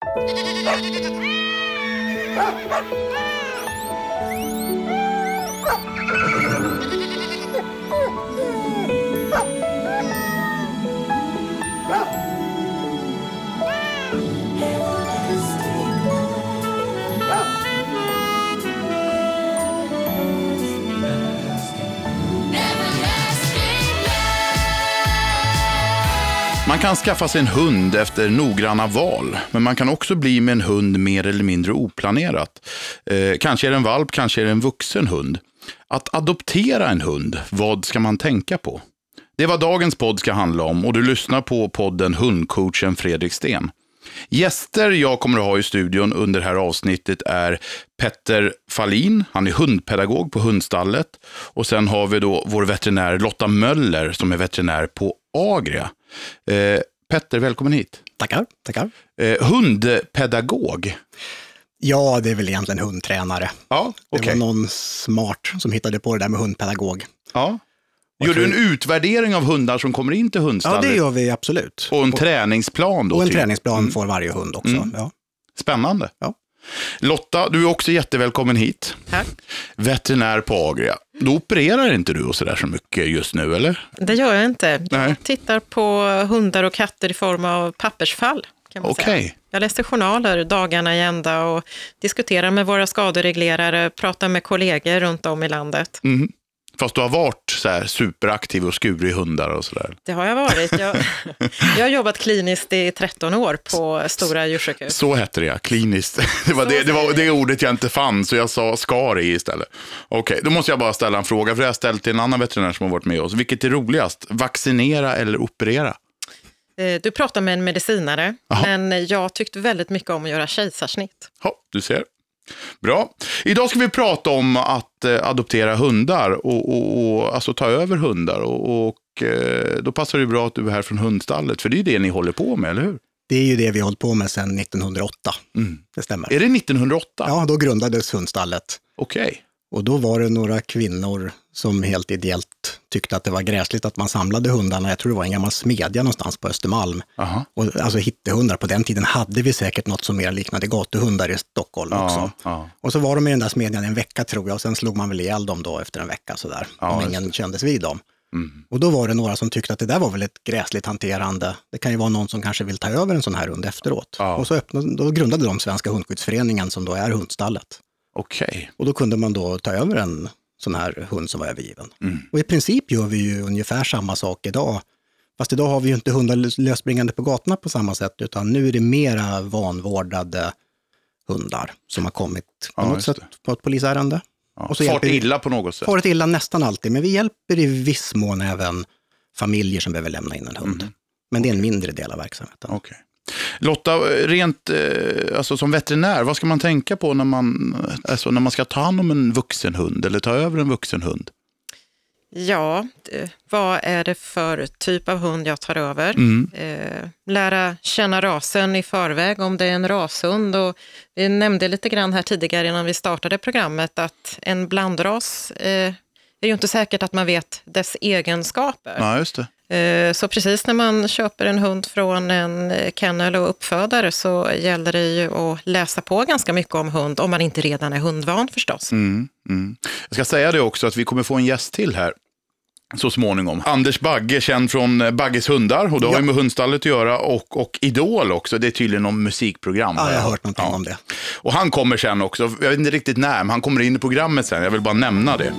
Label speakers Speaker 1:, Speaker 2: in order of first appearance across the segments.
Speaker 1: Man kan skaffa sig en hund efter noggranna val, men man kan också bli med en hund mer eller mindre oplanerat. Kanske är det en valp, kanske är det en vuxen hund. Att adoptera en hund, vad ska man tänka på? Det är vad dagens podd ska handla om, och du lyssnar på podden Hundcoachen Fredrik Sten. Gäster jag kommer att ha i studion under det här avsnittet är Petter Fahlin, han är hundpedagog på Hundstallet. Och sen har vi då vår veterinär Lotta Möller som är veterinär på Agria. Petter, välkommen hit.
Speaker 2: Tackar.
Speaker 1: Hundpedagog.
Speaker 2: Ja, det är väl egentligen hundtränare.
Speaker 1: Ja, okay.
Speaker 2: Det var någon smart som hittade på det där med hundpedagog.
Speaker 1: Ja. Gör du en utvärdering av hundar som kommer in till hundstallet?
Speaker 2: Ja, det gör vi absolut.
Speaker 1: Och en träningsplan då?
Speaker 2: Och en träningsplan får varje hund också. Mm. Ja.
Speaker 1: Spännande.
Speaker 2: Ja.
Speaker 1: Lotta, du är också jättevälkommen hit.
Speaker 3: Tack.
Speaker 1: Veterinär på Agria. Då opererar inte du och så där så mycket just nu, eller?
Speaker 3: Det gör jag inte.
Speaker 1: Nej.
Speaker 3: Jag tittar på hundar och katter i form av pappersfall, kan man säga. Jag läser journaler dagarna i ända och diskuterar med våra skadereglerare, pratar med kollegor runt om i landet.
Speaker 1: Mm. Fast du har varit så här superaktiv och skurit hundar och sådär.
Speaker 3: Det har jag varit. Jag har jobbat kliniskt i 13 år på stora djursjukhus.
Speaker 1: Så hette det, ja. Kliniskt. Det var det ordet jag inte fann, så jag sa skari istället. Okej, då måste jag bara ställa en fråga, för jag har ställt till en annan veterinär som har varit med oss. Vilket är roligast? Vaccinera eller operera?
Speaker 3: Du pratar med en medicinare,
Speaker 1: Aha.
Speaker 3: men jag tyckte väldigt mycket om att göra kejsarsnitt.
Speaker 1: Ja, du ser. Bra. Idag ska vi prata om att adoptera hundar och alltså ta över hundar och då passar det bra att du är här från Hundstallet, för det är det ni håller på med, eller hur?
Speaker 2: Det är ju det vi har hållit på med sedan 1908. Det stämmer.
Speaker 1: Är det 1908?
Speaker 2: Ja, då grundades Hundstallet.
Speaker 1: Okej.
Speaker 2: Och då var det några kvinnor som helt ideellt tyckte att det var gräsligt att man samlade hundarna. Jag tror det var en gammal smedja någonstans på Östermalm.
Speaker 1: Aha.
Speaker 2: Och alltså hittehundar, på den tiden hade vi säkert något som mer liknade gatuhundar i Stockholm också.
Speaker 1: Ja.
Speaker 2: Och så var de i den där smedjan en vecka, tror jag, och sen slog man väl ihjäl dem då efter en vecka sådär. Om ingen kändes vid dem. Mm. Och då var det några som tyckte att det där var väl ett gräsligt hanterande. Det kan ju vara någon som kanske vill ta över en sån här hund efteråt. Ja. Och så då grundade de Svenska Hundskyddsföreningen som då är Hundstallet.
Speaker 1: Okej.
Speaker 2: Och då kunde man då ta över en sån här hund som var övergiven. Mm. Och i princip gör vi ju ungefär samma sak idag. Fast idag har vi ju inte hundar lösspringande på gatorna på samma sätt, utan nu är det mera vanvårdade hundar som har kommit på något sätt på ett polisärende.
Speaker 1: Ja. Och så farit illa på något sätt? Farit
Speaker 2: illa nästan alltid, men vi hjälper i viss mån även familjer som behöver lämna in en hund. Mm. Men det är en mindre del av verksamheten.
Speaker 1: Okej. Lotta, rent alltså som veterinär, vad ska man tänka på när man ska ta hand om en vuxen hund eller ta över en vuxen hund?
Speaker 3: Ja, vad är det för typ av hund jag tar över? Lära känna rasen i förväg, om det är en rashund. Och vi nämnde lite grann här tidigare innan vi startade programmet att en blandras är ju inte säkert att man vet dess egenskaper.
Speaker 1: Ja, just det.
Speaker 3: Så precis när man köper en hund från en kennel och uppfödare så gäller det ju att läsa på ganska mycket om hund, om man inte redan är hundvan förstås.
Speaker 1: Jag ska säga det också att vi kommer få en gäst till här så småningom. Anders Bagge, känd från Bagges hundar, och det har ju med Hundstallet att göra, och Idol också. Det är tydligen någon musikprogram.
Speaker 2: Ja, jag har hört någonting om det.
Speaker 1: Och han kommer sen också, jag vet inte riktigt när, men han kommer in i programmet sen. Jag vill bara nämna det.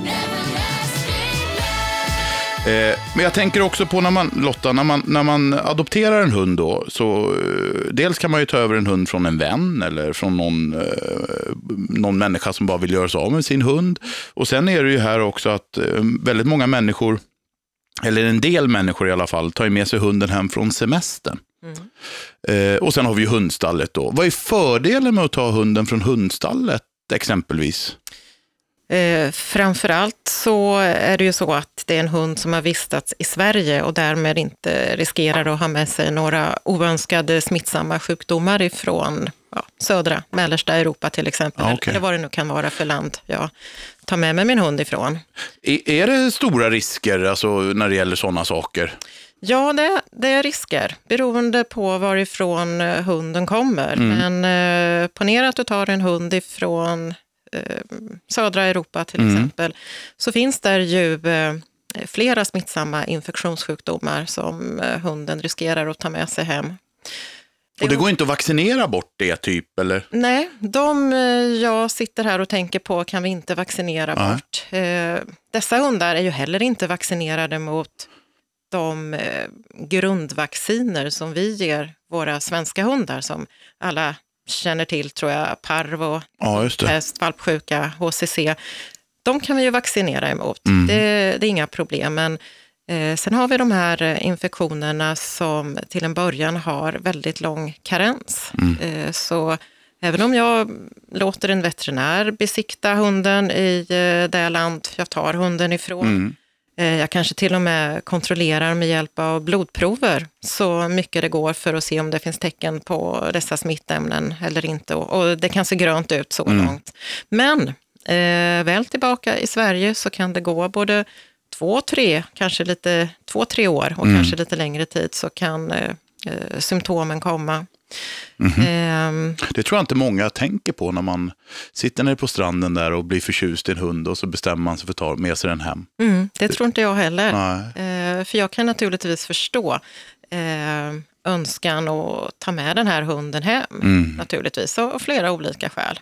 Speaker 1: Men jag tänker också på när man adopterar en hund då, så dels kan man ju ta över en hund från en vän eller från någon människa som bara vill göra sig av med sin hund. Och sen är det ju här också att väldigt många människor, eller en del människor i alla fall, tar med sig hunden hem från semestern. Och sen har vi ju Hundstallet då. Vad är fördelen med att ta hunden från Hundstallet exempelvis?
Speaker 3: Framförallt så är det ju så att det är en hund som har vistats i Sverige och därmed inte riskerar att ha med sig några oönskade smittsamma sjukdomar ifrån södra, mellersta Europa till exempel. Eller vad det nu kan vara för land jag tar med mig min hund ifrån.
Speaker 1: Är det stora risker alltså, när det gäller sådana saker?
Speaker 3: Ja, det är risker beroende på varifrån hunden kommer. Men ponera att du tar en hund ifrån södra Europa till exempel, så finns där ju flera smittsamma infektionssjukdomar som hunden riskerar att ta med sig hem.
Speaker 1: Och det går inte att vaccinera bort det typ, eller?
Speaker 3: Nej, jag sitter här och tänker på kan vi inte vaccinera bort. Dessa hundar är ju heller inte vaccinerade mot de grundvacciner som vi ger våra svenska hundar, som alla känner till, tror jag, parvo, pest, valpsjuka, HCC. De kan vi ju vaccinera emot. Det är inga problem, men sen har vi de här infektionerna som till en början har väldigt lång karens. Så även om jag låter en veterinär besikta hunden i det land jag tar hunden ifrån, jag kanske till och med kontrollerar med hjälp av blodprover så mycket det går för att se om det finns tecken på dessa smittämnen eller inte. Och det kan se grönt ut så långt. Men väl tillbaka i Sverige så kan det gå både 2-3 år och kanske lite längre tid, så kan symptomen komma.
Speaker 1: Det tror jag inte många tänker på när man sitter nere på stranden där och blir förtjust i en hund och så bestämmer man sig för att ta med sig den hem.
Speaker 3: Det tror inte jag heller. För jag kan naturligtvis förstå önskan att ta med den här hunden hem, naturligtvis, av flera olika skäl.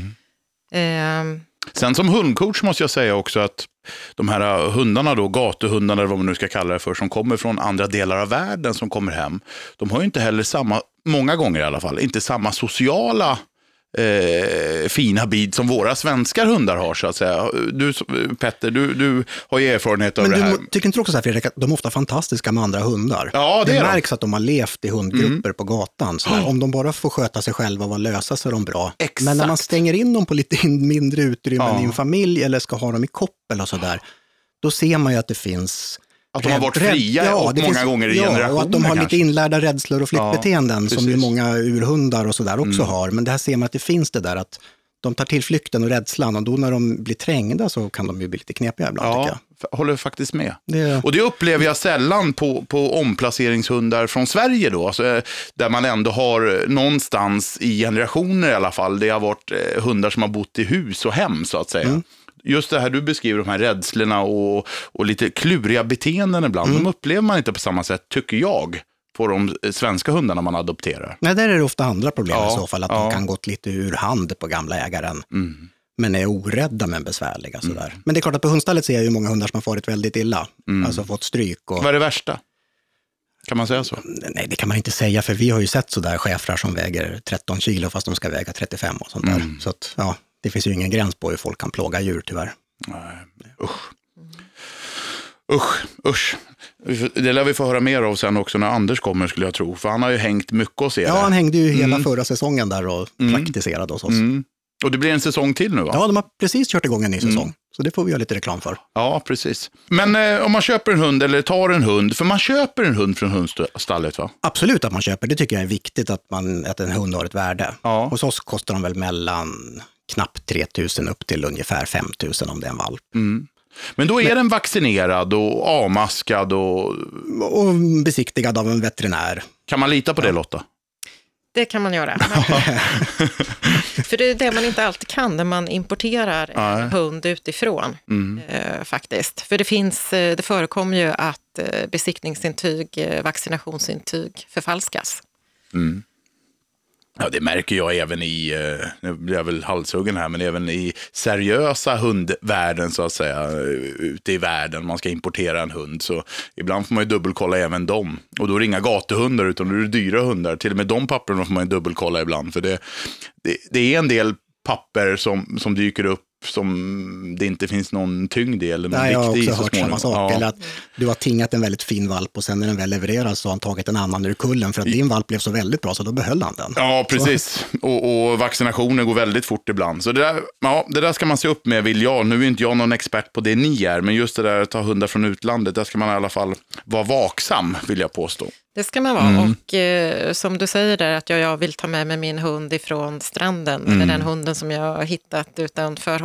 Speaker 1: Sen som hundcoach måste jag säga också att de här hundarna då, gatuhundarna eller vad man nu ska kalla det för, som kommer från andra delar av världen som kommer hem, de har ju inte heller samma, många gånger i alla fall, inte samma sociala fina bid som våra svenskar hundar har, så att säga. Du, Petter, du har ju erfarenhet av det här.
Speaker 2: Men du tycker inte också så här, Fredrik, att de är ofta fantastiska med andra hundar?
Speaker 1: Ja, det
Speaker 2: märks att de har levt i hundgrupper på gatan. Så om de bara får sköta sig själva och lösa så är de bra.
Speaker 1: Exakt.
Speaker 2: Men när man stänger in dem på lite mindre utrymmen i en familj eller ska ha dem i koppel och sådär, då ser man ju att det finns...
Speaker 1: Att de har varit fria och många gånger i generationer.
Speaker 2: Och att de har
Speaker 1: kanske
Speaker 2: lite inlärda rädslor och flyktbeteenden som ju många urhundar och sådär också har. Men det här ser man att det finns det där att de tar till flykten och rädslan, och då när de blir trängda så kan de ju bli lite knepiga ibland, tycker jag.
Speaker 1: Håller faktiskt med. Och det upplever jag sällan på omplaceringshundar från Sverige då, alltså, där man ändå har någonstans i generationer i alla fall, det har varit hundar som har bott i hus och hem, så att säga. Just det här du beskriver, de här rädslorna och lite kluriga beteenden ibland, de upplever man inte på samma sätt, tycker jag, på de svenska hundarna man adopterar.
Speaker 2: Nej, där är det ofta andra problem i så fall, att de kan gått lite ur hand på gamla ägaren. Men är orädda men besvärliga. Sådär. Men det är klart att på hundstallet ser jag ju många hundar som har farit väldigt illa. Alltså fått stryk. Och...
Speaker 1: Vad är det värsta? Kan man säga så?
Speaker 2: Nej, det kan man inte säga, för vi har ju sett sådär schäfrar som väger 13 kilo fast de ska väga 35 och sånt där. Så att, det finns ju ingen gräns på hur folk kan plåga djur, tyvärr.
Speaker 1: Nej, usch. Det lär vi få höra mer av sen också när Anders kommer, skulle jag tro. För han har ju hängt mycket hos er.
Speaker 2: Ja, han hängde ju hela förra säsongen där och praktiserade hos oss.
Speaker 1: Och det blir en säsong till nu, va?
Speaker 2: Ja, de har precis kört igång en ny säsong. Så det får vi göra lite reklam för.
Speaker 1: Ja, precis. Men om man köper en hund eller tar en hund, för man köper en hund från hundstallet, va?
Speaker 2: Absolut att man köper. Det tycker jag är viktigt, att en hund har ett värde.
Speaker 1: Ja.
Speaker 2: Hos oss kostar de väl mellan knappt 3 000 upp till ungefär 5 000 om det är en valp.
Speaker 1: Men då är den vaccinerad och avmaskad och
Speaker 2: besiktigad av en veterinär.
Speaker 1: Kan man lita på det, Lotta?
Speaker 3: Det kan man göra. För det är det man inte alltid kan när man importerar en hund utifrån, faktiskt. För det förekommer ju att besiktningsintyg, vaccinationsintyg förfalskas.
Speaker 1: Ja, det märker jag även i, nu blir jag väl halshuggen här, men även i seriösa hundvärlden, så att säga, ute i världen, man ska importera en hund, så ibland får man ju dubbelkolla även dem. Och då är det inga gatuhundar, utan då är det dyra hundar. Till och med de papperna får man ju dubbelkolla ibland, för det är en del papper som dyker upp som det inte finns någon tyngd i eller någon vikt i.
Speaker 2: Jag har också hört samma sak. Eller att du har tingat en väldigt fin valp och sen när den väl levereras så har han tagit en annan ur kullen för att din valp blev så väldigt bra, så då behöll han den.
Speaker 1: Ja, precis. Och vaccinationer går väldigt fort ibland. Så det där ska man se upp med, vill jag. Nu är inte jag någon expert på det ni är, men just det där att ta hundar från utlandet, där ska man i alla fall vara vaksam, vill jag påstå.
Speaker 3: Det ska man vara. Och som du säger där, att jag vill ta med mig min hund ifrån stranden, eller den hunden som jag har hittat utanför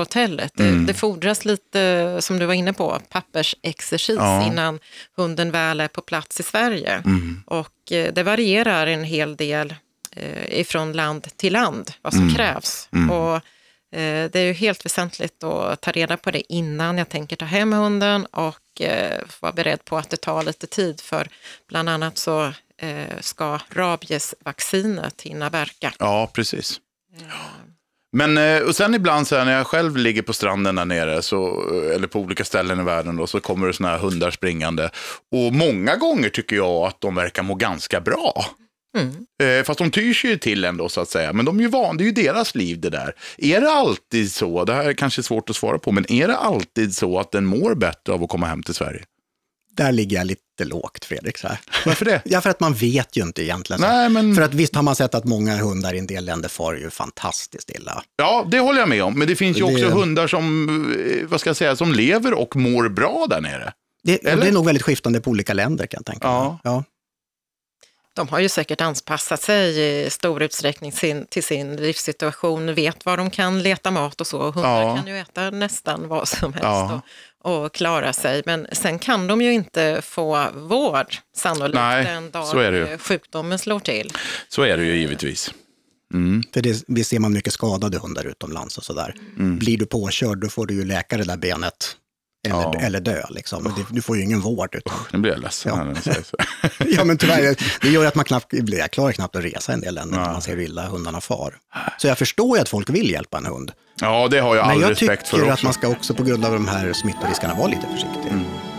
Speaker 3: hotellet. Det fordras lite, som du var inne på, pappersexercis innan hunden väl är på plats i Sverige. Och det varierar en hel del ifrån land till land vad som krävs. Och det är ju helt väsentligt att ta reda på det innan jag tänker ta hem hunden och vara beredd på att det tar lite tid, för bland annat så ska rabiesvaccinet hinna verka.
Speaker 1: Ja, precis. Men och sen ibland så här, när jag själv ligger på stranden där nere eller på olika ställen i världen då, så kommer det såna här hundar springande. Och många gånger tycker jag att de verkar må ganska bra. Fast de tyr sig ju till ändå så att säga. Men de är ju det är ju deras liv det där. Är det alltid så, det här är kanske svårt att svara på, men är det alltid så att den mår bättre av att komma hem till Sverige?
Speaker 2: Där ligger jag lite lågt, Fredrik. Så här.
Speaker 1: Varför det?
Speaker 2: Ja, för att man vet ju inte egentligen.
Speaker 1: Nej, men...
Speaker 2: För att visst har man sett att många hundar i en del länder far ju fantastiskt illa.
Speaker 1: Ja, det håller jag med om. Men det finns ju också hundar som, vad ska jag säga, som lever och mår bra där nere.
Speaker 2: Det är nog väldigt skiftande på olika länder, kan jag tänka mig. Ja.
Speaker 3: De har ju säkert anpassat sig i stor utsträckning till sin livssituation, vet var de kan leta mat och så. Hundar kan ju äta nästan vad som helst och klara sig. Men sen kan de ju inte få vård sannolikt den dag sjukdomen slår till.
Speaker 1: Så är det ju givetvis.
Speaker 2: För det ser man mycket skadade hundar utomlands och sådär. Blir du påkörd, då får du ju läka det där benet. Eller dö liksom. Du får ju ingen vård.
Speaker 1: Nu blir jag ledsen.
Speaker 2: Ja, men tyvärr, det gör att man klarar knappt att resa en del länder när man ser hur illa hundarna far. Så jag förstår ju att folk vill hjälpa en hund.
Speaker 1: Ja, det har jag all respekt för också.
Speaker 2: Men jag tycker att man ska också på grund av de här smittoriskerna vara lite försiktig.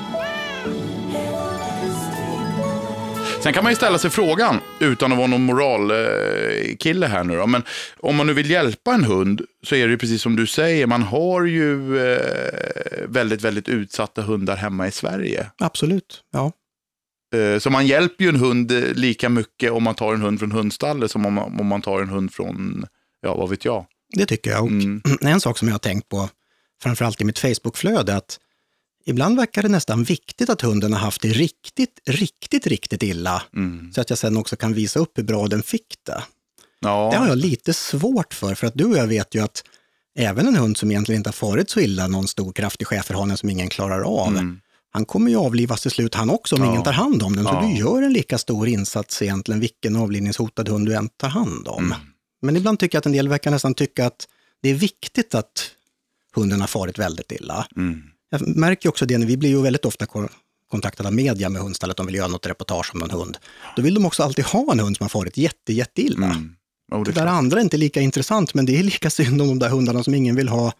Speaker 1: Sen kan man ju ställa sig frågan, utan att vara någon moralkille här nu då, men om man nu vill hjälpa en hund så är det ju precis som du säger, man har ju väldigt, väldigt utsatta hundar hemma i Sverige.
Speaker 2: Absolut, ja.
Speaker 1: Så man hjälper ju en hund lika mycket om man tar en hund från hundstallet som om man tar en hund från, vad vet jag.
Speaker 2: Det tycker jag. Och en sak som jag har tänkt på, framförallt i mitt Facebook-flöde, att ibland verkar det nästan viktigt att hunden har haft det riktigt illa. Så att jag sen också kan visa upp hur bra den fick det. Ja. Det har jag lite svårt för att du och jag vet ju att även en hund som egentligen inte har farit så illa, någon stor kraftig schäferhane som ingen klarar av, han kommer ju avlivas till slut han också om ingen tar hand om den. Så du gör en lika stor insats egentligen vilken avlivningshotad hund du än tar hand om. Men ibland tycker jag att en del verkar nästan tycka att det är viktigt att hunden har farit väldigt illa. Jag märker ju också det, när vi blir ju väldigt ofta kontaktade av media med hundstallet, de vill göra något reportage om en hund. Då vill de också alltid ha en hund som har farit jätteilla. Det där andra är inte lika intressant, men det är lika synd om de där hundarna som ingen vill ha.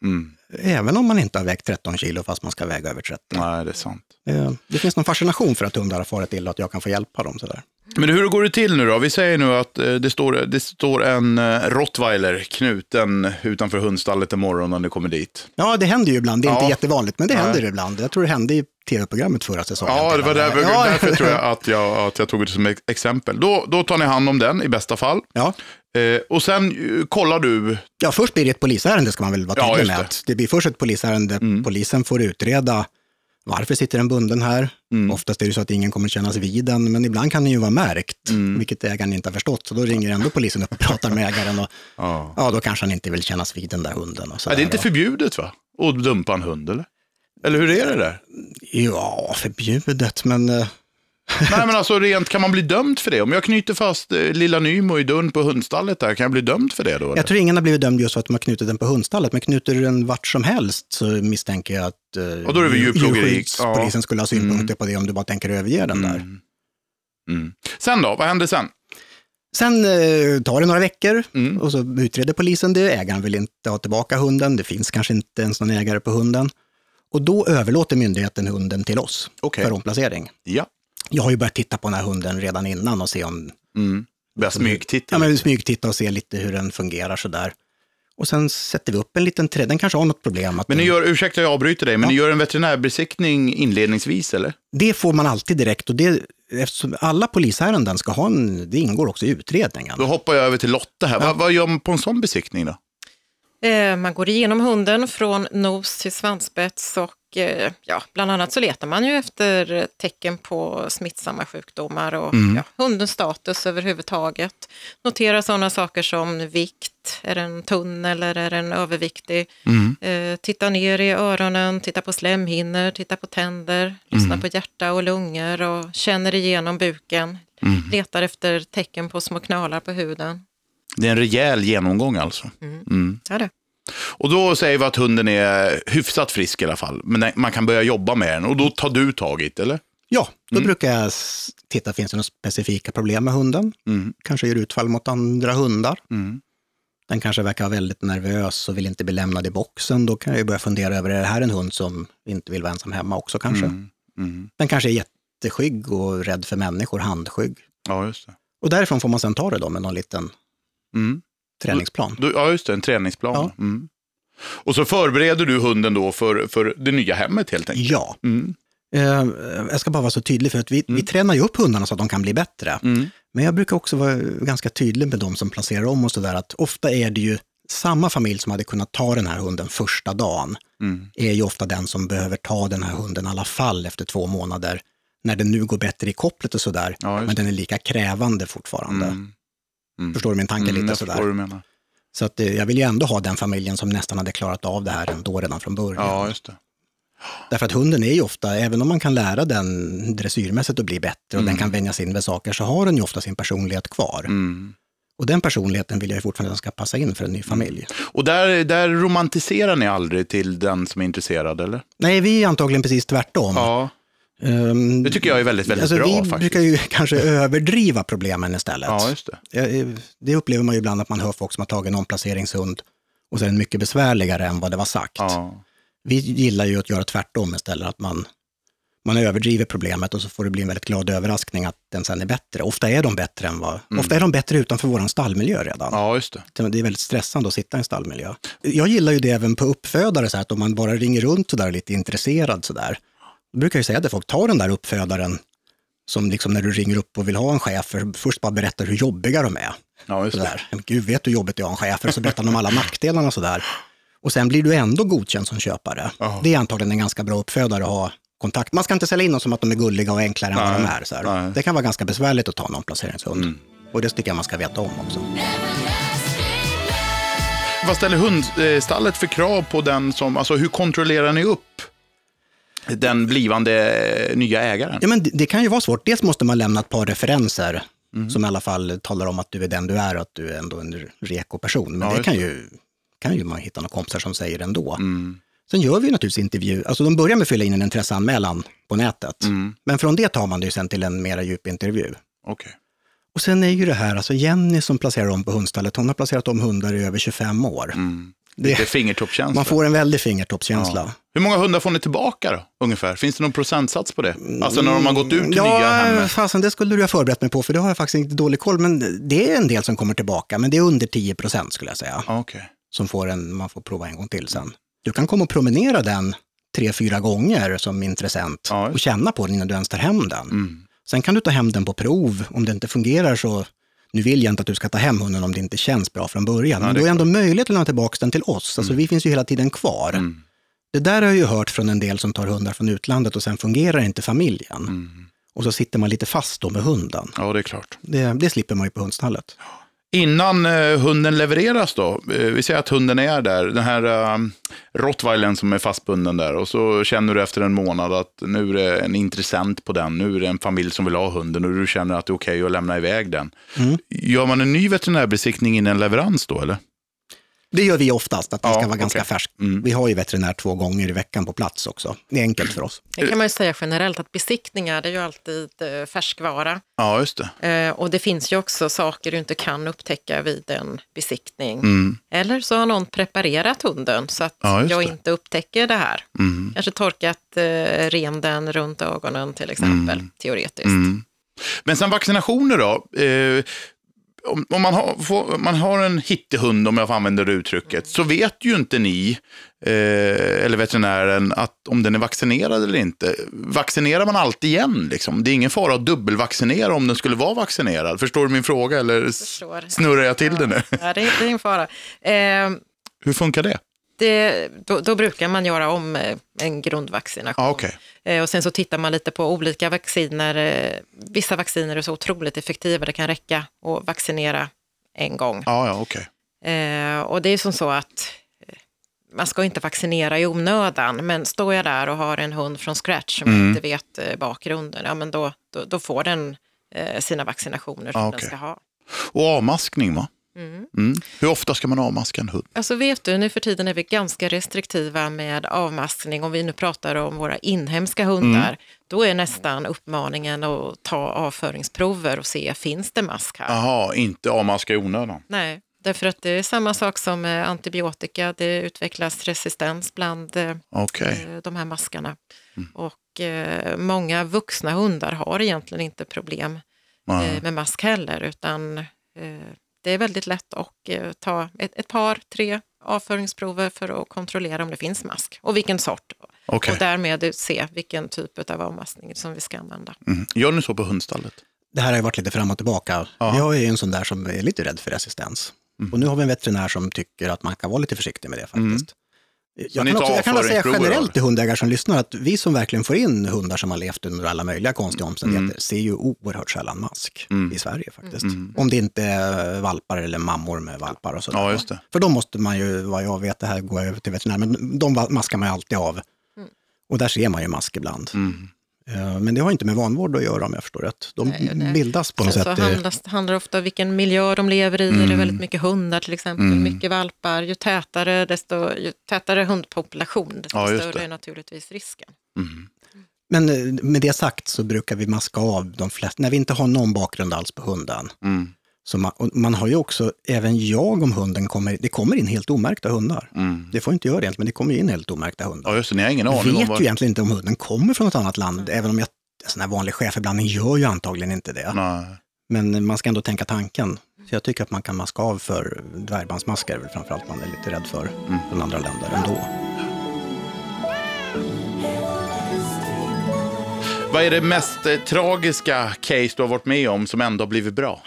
Speaker 2: Även om man inte har vägt 13 kilo fast man ska väga över 30.
Speaker 1: Nej, det är sant.
Speaker 2: Det finns någon fascination för att hundar har farit illa och att jag kan få hjälpa dem sådär.
Speaker 1: Men hur går det till nu då? Vi säger nu att det står en rottweiler knuten utanför hundstallet imorgon när det kommer dit.
Speaker 2: Ja, det händer ju ibland. Det är inte jättevanligt, men det händer ibland. Jag tror det hände i tv-programmet förra säsongen.
Speaker 1: Ja, det var därför tror jag att jag tog det som exempel. Då tar ni hand om den i bästa fall.
Speaker 2: Ja.
Speaker 1: Och sen kollar du...
Speaker 2: Ja, först blir det ett polisärende, ska man väl vara tydlig med. Det blir först ett polisärende. Polisen får utreda varför sitter den bunden här. Oftast är det så att ingen kommer kännas vid den, men ibland kan den ju vara märkt, vilket ägaren inte har förstått. Så då ringer ändå polisen upp och pratar med ägaren och då kanske han inte vill kännas vid den där hunden. Och så
Speaker 1: det är inte förbjudet va? Att dumpa en hund eller? Eller hur är det där?
Speaker 2: Ja, förbjudet, men...
Speaker 1: Nej, men alltså rent, kan man bli dömd för det? Om jag knyter fast lilla Nymo i dörren på hundstallet där, kan jag bli dömd för det då? Eller?
Speaker 2: Jag tror ingen har blivit dömd just för att de har knutit den på hundstallet, men knyter du den vart som helst så misstänker jag att
Speaker 1: och då är det djurplågeri.
Speaker 2: Polisen skulle ha synpunkter på det om du bara tänker överge den där.
Speaker 1: Sen då, vad händer sen?
Speaker 2: Sen tar det några veckor och så utreder polisen det. Ägaren vill inte ha tillbaka hunden. Det finns kanske inte ens någon ägare på hunden. Och då överlåter myndigheten hunden till oss för omplacering.
Speaker 1: Ja.
Speaker 2: Jag har ju börjat titta på den här hunden redan innan och se om...
Speaker 1: Börja smygtitta.
Speaker 2: Ja, men smygtitta och se lite hur den fungerar sådär. Och sen sätter vi upp en liten träd. Den kanske har något problem.
Speaker 1: Men ni gör, ursäkta jag avbryter dig, men ni gör en veterinärbesiktning inledningsvis eller?
Speaker 2: Det får man alltid direkt och det, eftersom alla polisärenden ska ha det ingår också i utredningen.
Speaker 1: Då hoppar jag över till Lotta här. Ja. Vad gör man på en sån besiktning då?
Speaker 3: Man går igenom hunden från nos till svanspets och bland annat så letar man ju efter tecken på smittsamma sjukdomar och hundens status överhuvudtaget. Notera sådana saker som vikt, är den tunn eller är den överviktig? Titta ner i öronen, titta på slemhinnor, titta på tänder, lyssna på hjärta och lungor och känner igenom buken. Letar efter tecken på små knalar på huden.
Speaker 1: Det är en rejäl genomgång alltså.
Speaker 3: Ja, det.
Speaker 1: Och då säger vi att hunden är hyfsat frisk i alla fall. Men man kan börja jobba med den. Och då tar du tag i det, eller?
Speaker 2: Ja, då brukar jag titta, finns det några specifika problem med hunden? Kanske gör utfall mot andra hundar. Den kanske verkar väldigt nervös och vill inte bli lämnad i boxen. Då kan jag börja fundera över, är det här en hund som inte vill vara ensam hemma också kanske? Den kanske är jätteskygg och rädd för människor, handskygg.
Speaker 1: Ja, just det.
Speaker 2: Och därifrån får man sen ta det då med någon liten träningsplan.
Speaker 1: Ja, just det, en träningsplan. Ja. Och så förbereder du hunden då för det nya hemmet helt enkelt?
Speaker 2: Ja. Jag ska bara vara så tydlig för att vi tränar ju upp hundarna så att de kan bli bättre. Men jag brukar också vara ganska tydlig med de som placerar om och sådär, att ofta är det ju samma familj som hade kunnat ta den här hunden första dagen är ju ofta den som behöver ta den här hunden i alla fall efter 2 månader, när den nu går bättre i kopplet och sådär, men den är lika krävande fortfarande. Förstår du min tanke lite sådär?
Speaker 1: Förstår du menar.
Speaker 2: Så att jag vill ju ändå ha den familjen som nästan hade klarat av det här ändå redan från början.
Speaker 1: Ja, just det.
Speaker 2: Därför att hunden är ju ofta, även om man kan lära den dressyrmässigt att bli bättre och den kan vänjas in med saker, så har den ju ofta sin personlighet kvar. Och den personligheten vill jag ju fortfarande ska passa in för en ny familj.
Speaker 1: Och där romantiserar ni aldrig till den som är intresserad, eller?
Speaker 2: Nej, vi är antagligen precis tvärtom.
Speaker 1: Ja. Det tycker jag är väldigt, väldigt bra
Speaker 2: vi
Speaker 1: faktiskt.
Speaker 2: Vi brukar ju kanske överdriva problemen istället.
Speaker 1: Ja, just det.
Speaker 2: Det upplever man ju ibland att man hör folk som har tagit en omplaceringshund och så är den mycket besvärligare än vad det var sagt. Ja. Vi gillar ju att göra tvärtom istället, att man överdriver problemet och så får det bli en väldigt glad överraskning att den sen är bättre. Ofta är de bättre än ofta är de bättre utanför våran stallmiljö redan.
Speaker 1: Ja, just det.
Speaker 2: Det är väldigt stressande att sitta i en stallmiljö. Jag gillar ju det även på uppfödare, så här, att om man bara ringer runt så där lite intresserad så där. Då brukar jag säga att folk tar den där uppfödaren som liksom när du ringer upp och vill ha en chef, först bara berättar hur jobbiga de är.
Speaker 1: Ja, just det.
Speaker 2: Gud, vet du hur jobbigt det är att ha en chef? Så berättar de om alla nackdelarna och sådär. Och sen blir du ändå godkänd som köpare. Det är antagligen en ganska bra uppfödare att ha kontakt. Man ska inte sälja in dem som att de är gulliga och enklare än vad de är. Så här. Det kan vara ganska besvärligt att ta någon placeringshund. Och det tycker jag man ska veta om också.
Speaker 1: Vad ställer hundstallet för krav på den som, alltså hur kontrollerar ni upp den blivande nya ägaren?
Speaker 2: Ja, men det kan ju vara svårt. Dels måste man lämna ett par referenser som i alla fall talar om att du är den du är och att du är ändå en reko-person. Men det kan ju man hitta några kompisar som säger ändå. Sen gör vi naturligtvis intervju. Alltså de börjar med att fylla in en intresseanmälan på nätet. Men från det tar man det ju sen till en mera djup intervju.
Speaker 1: Okay.
Speaker 2: Och sen är ju det här, alltså Jenny som placerar om på hundstallet, hon har placerat om hundar i över 25 år.
Speaker 1: Det är fingertoppskänsla.
Speaker 2: Man får en väldig fingertoppskänsla.
Speaker 1: Ja. Hur många hundar får ni tillbaka då, ungefär? Finns det någon procentsats på det? Alltså när de har gått ut till nya hem?
Speaker 2: Fasen, det skulle du ha förberett mig på, för det har jag faktiskt inte dålig koll. Men det är en del som kommer tillbaka, men det är under 10% skulle jag säga.
Speaker 1: Okay.
Speaker 2: Som man får prova en gång till sen. Du kan komma och promenera den 3-4 gånger som intressent och känna på den innan du ens tar hem den. Sen kan du ta hem den på prov. Om det inte fungerar så, nu vill jag inte att du ska ta hem hunden om det inte känns bra från början. Men då är det ändå möjligt att lämna tillbaka den till oss. Alltså vi finns ju hela tiden kvar. Det där har jag ju hört från en del som tar hundar från utlandet och sen fungerar inte familjen. Och så sitter man lite fast då med hunden.
Speaker 1: Ja, det är klart.
Speaker 2: Det slipper man ju på hundstallet.
Speaker 1: Innan hunden levereras då, vi säger att hunden är där, den här rottweilen som är fastbunden där, och så känner du efter en månad att nu är det en intressent på den, nu är det en familj som vill ha hunden och du känner att det är okej att lämna iväg den. Gör man en ny veterinärbesiktning innan leverans då, eller?
Speaker 2: Det gör vi oftast, att det ska vara ganska färsk. Vi har ju veterinär 2 gånger i veckan på plats också. Det är enkelt för oss.
Speaker 3: Det kan man ju säga generellt, att besiktningar, det är ju alltid färskvara.
Speaker 1: Ja, just det.
Speaker 3: Och det finns ju också saker du inte kan upptäcka vid en besiktning. Eller så har någon preparerat hunden så att jag inte upptäcker det här. Kanske torkat renden runt ögonen till exempel, teoretiskt.
Speaker 1: Men sen vaccinationer då? Om man har en hittehund, om jag får använda det uttrycket, så vet ju inte ni eller veterinären om den är vaccinerad eller inte. Vaccinerar man alltid igen liksom? Det är ingen fara att dubbelvaccinera om den skulle vara vaccinerad. Förstår du min fråga eller snurrar jag till det nu?
Speaker 3: Ja, det är ingen fara.
Speaker 1: Hur funkar det?
Speaker 3: Då brukar man göra om en grundvaccination.
Speaker 1: Okay.
Speaker 3: Och sen så tittar man lite på olika vacciner. Vissa vacciner är så otroligt effektiva, det kan räcka att vaccinera en gång.
Speaker 1: Okay.
Speaker 3: Och det är som så att man ska inte vaccinera i onödan, men står jag där och har en hund från scratch som jag inte vet bakgrunden, ja, men då får den sina vaccinationer som den ska ha.
Speaker 1: Och avmaskning, va? Hur ofta ska man avmaska en hund?
Speaker 3: Alltså vet du, nu för tiden är vi ganska restriktiva med avmaskning. Om vi nu pratar om våra inhemska hundar, då är nästan uppmaningen att ta avföringsprover och se, finns det mask här?
Speaker 1: Jaha, inte avmaska i onödan?
Speaker 3: Nej, därför att det är samma sak som antibiotika. Det utvecklas resistens bland de här maskarna. Och många vuxna hundar har egentligen inte problem med mask heller, utan det är väldigt lätt att ta ett par, 3 avföringsprover för att kontrollera om det finns mask och vilken sort. Och därmed se vilken typ av avmaskning som vi ska använda.
Speaker 1: Gör ni så på hundstallet?
Speaker 2: Det här har ju varit lite fram och tillbaka. Jag är ju en sån där som är lite rädd för resistens. Och nu har vi en veterinär som tycker att man kan vara lite försiktig med det faktiskt. Jag kan säga generellt till hundägare som lyssnar att vi som verkligen får in hundar som har levt under alla möjliga konstiga omständigheter ser ju oerhört sällan mask i Sverige faktiskt. Om det inte är valpar eller mammor med valpar och sådär.
Speaker 1: Ja, just det.
Speaker 2: För de måste man ju, vad jag vet, det här går över till veterinär, men de maskar man ju alltid av. Och där ser man ju mask ibland. Men det har inte med vanvård att göra om jag förstår rätt. De bildas på något sätt.
Speaker 3: Så handlar det ofta om vilken miljö de lever i. Är det väldigt mycket hundar till exempel, mycket valpar. Ju tätare hundpopulation, desto större är naturligtvis risken.
Speaker 2: Men med det sagt så brukar vi maska av de flesta, när vi inte har någon bakgrund alls på hunden. Så man har ju också, även jag om hunden det kommer in helt omärkta hundar. Det får inte göra det, men det kommer in helt omärkta hundar.
Speaker 1: Ja, just det, ni har ingen aning.
Speaker 2: Jag vet ju egentligen inte om hunden kommer från något annat land, även om en sån här vanlig chefiblandning gör ju antagligen inte det.
Speaker 1: Nej.
Speaker 2: Men man ska ändå tänka tanken. Så jag tycker att man kan maska av för dvärgbandsmaskar, framförallt man är lite rädd för från andra länder ändå.
Speaker 1: Vad är det mest tragiska case du har varit med om som ändå har blivit bra?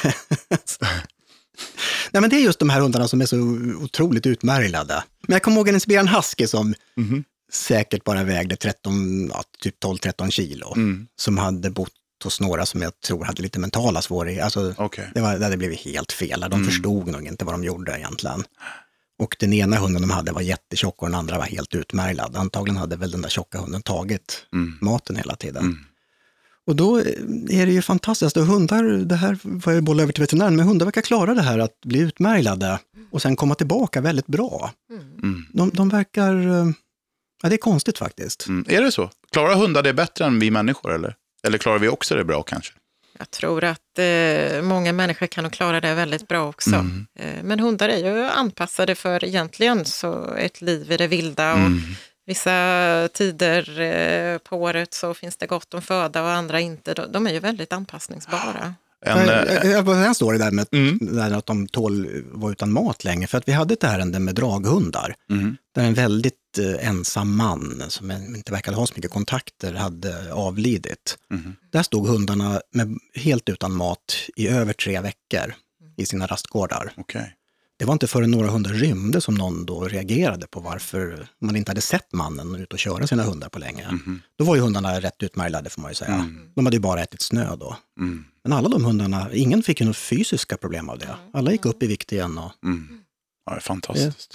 Speaker 2: Nej, men det är just de här hundarna som är så otroligt utmärglade. Men jag kommer ihåg en siberian husky som säkert bara vägde 12-13 kilo. Som hade bott hos några som jag tror hade lite mentala svårigheter. Alltså, det hade blivit helt fel. De förstod nog inte vad de gjorde egentligen. Och den ena hunden de hade var jättetjock och den andra var helt utmärglad. Antagligen hade väl den där tjocka hunden tagit maten hela tiden. Och då är det ju fantastiskt. Och hundar, det här får jag bolla över till veterinären, men hundar verkar klara det här att bli utmärglade och sen komma tillbaka väldigt bra. De verkar... Ja, det är konstigt faktiskt.
Speaker 1: Är det så? Klarar hundar det bättre än vi människor eller? Eller klarar vi också det bra kanske?
Speaker 3: Jag tror att många människor kan klara det väldigt bra också. Men hundar är ju anpassade för egentligen så ett liv i det vilda. Och vissa tider på året så finns det gott om föda och andra inte. De är ju väldigt anpassningsbara.
Speaker 2: En story där med där att de var utan mat länge. För att vi hade ett ärende med draghundar. Där en väldigt ensam man som inte verkade ha så mycket kontakter hade avlidit. Där stod hundarna helt utan mat i över 3 veckor i sina rastgårdar. Det var inte förrän några hundar rymde som någon då reagerade på varför man inte hade sett mannen ut och köra sina hundar på länge. Då var ju hundarna rätt utmärglade får man ju säga. De hade ju bara ätit snö då. Men alla de hundarna, ingen fick ju några fysiska problem av det. Alla gick upp i vikt igen. Och...
Speaker 1: Ja, det är fantastiskt.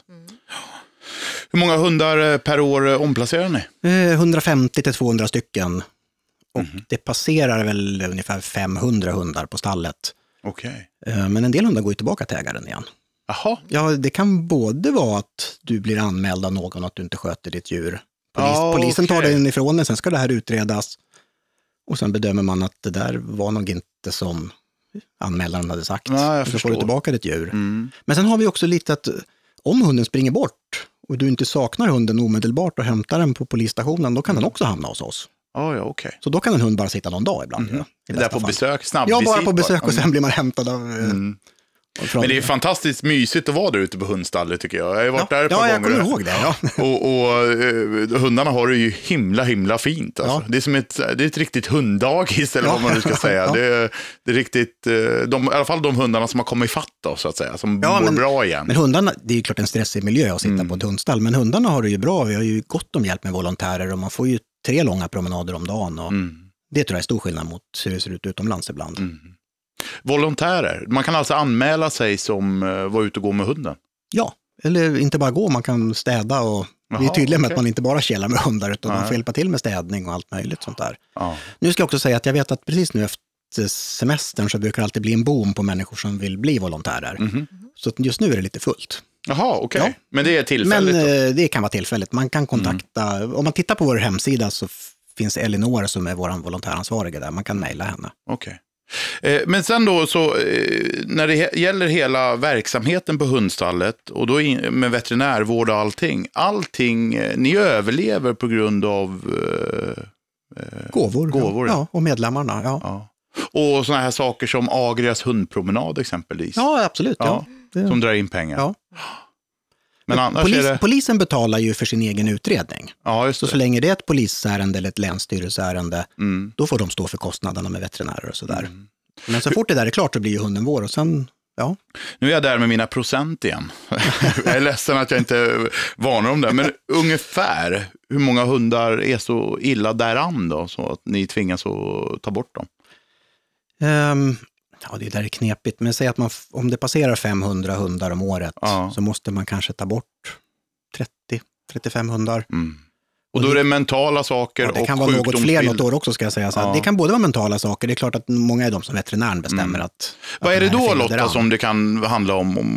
Speaker 1: Hur många hundar per år omplacerar ni?
Speaker 2: 150-200 stycken. Och det passerar väl ungefär 500 hundar på stallet. Men en del hundar går ju tillbaka till ägaren igen.
Speaker 1: Jaha.
Speaker 2: Ja, det kan både vara att du blir anmäld av någon att du inte sköter ditt djur. Polisen tar den ifrån dig, sen ska det här utredas. Och sen bedömer man att det där var nog inte som anmälaren hade sagt. Så får du tillbaka ditt djur. Men sen har vi också lite att om hunden springer bort och du inte saknar hunden omedelbart och hämtar den på polisstationen, då kan den också hamna hos oss. Så då kan en hund bara sitta någon dag ibland.
Speaker 1: Där på besök, snabbvisit.
Speaker 2: Ja, bara på besök och sen blir man hämtad av
Speaker 1: Men det är fantastiskt mysigt att vara där ute på hundstallet tycker jag. Jag har ju varit där ett par gånger.
Speaker 2: Ja, jag kommer ihåg det. Ja.
Speaker 1: Och hundarna har det ju himla fint. Alltså. Ja. Det är som ett riktigt hunddagis eller vad man nu ska säga. Det är riktigt, i alla fall de hundarna som har kommit ifatt då, så att säga, som mår bra igen.
Speaker 2: Men hundarna, det är ju klart en stressig miljö att sitta på ett hundstall, men hundarna har det ju bra. Vi har ju gott om hjälp med volontärer och man får ju 3 långa promenader om dagen. Och det tror jag är stor skillnad mot hur det ser ut utomlands ibland.
Speaker 1: Volontärer, man kan alltså anmäla sig som var ute och gå med hunden?
Speaker 2: Ja, eller inte bara gå, man kan städa och vi är tydliga med att man inte bara kälar med hundar utan man får hjälpa till med städning och allt möjligt sånt där. Ja. Nu ska jag också säga att jag vet att precis nu efter semestern så brukar det alltid bli en boom på människor som vill bli volontärer. Så just nu är det lite fullt.
Speaker 1: Jaha, okej. Ja. Men det är tillfälligt?
Speaker 2: Men det kan vara tillfälligt. Man kan kontakta, om man tittar på vår hemsida så finns Elinor som är vår volontäransvarige där. Man kan mejla henne.
Speaker 1: Okej. Men sen då så när det gäller hela verksamheten på hundstallet och då med veterinärvård och allting ni överlever på grund av
Speaker 2: gåvor ja, och medlemmarna. Ja.
Speaker 1: Och såna här saker som Agrias hundpromenad exempelvis.
Speaker 2: Ja, absolut. Ja.
Speaker 1: Som drar in pengar.
Speaker 2: Ja.
Speaker 1: Men annars
Speaker 2: polisen betalar ju för sin egen utredning.
Speaker 1: Ja, just det.
Speaker 2: Så länge det är ett polisärende eller ett länsstyrelseärende, då får de stå för kostnaderna med veterinärer och sådär. Men så fort det där är klart så blir ju hunden vår och sen, ja.
Speaker 1: Nu är jag där med mina procent igen. Jag är ledsen att jag inte varnar om det. Men ungefär, hur många hundar är så illa däran då? Så att ni tvingas att ta bort dem?
Speaker 2: Ja, det där är knepigt. Men säg att om det passerar 500 hundar om året så måste man kanske ta bort 30-35 hundar.
Speaker 1: Och då är det mentala saker och
Speaker 2: det kan vara något fler något år också ska jag säga. Så det kan både vara mentala saker. Det är klart att många är de som veterinären bestämmer att
Speaker 1: vad är det då Lotta som det kan handla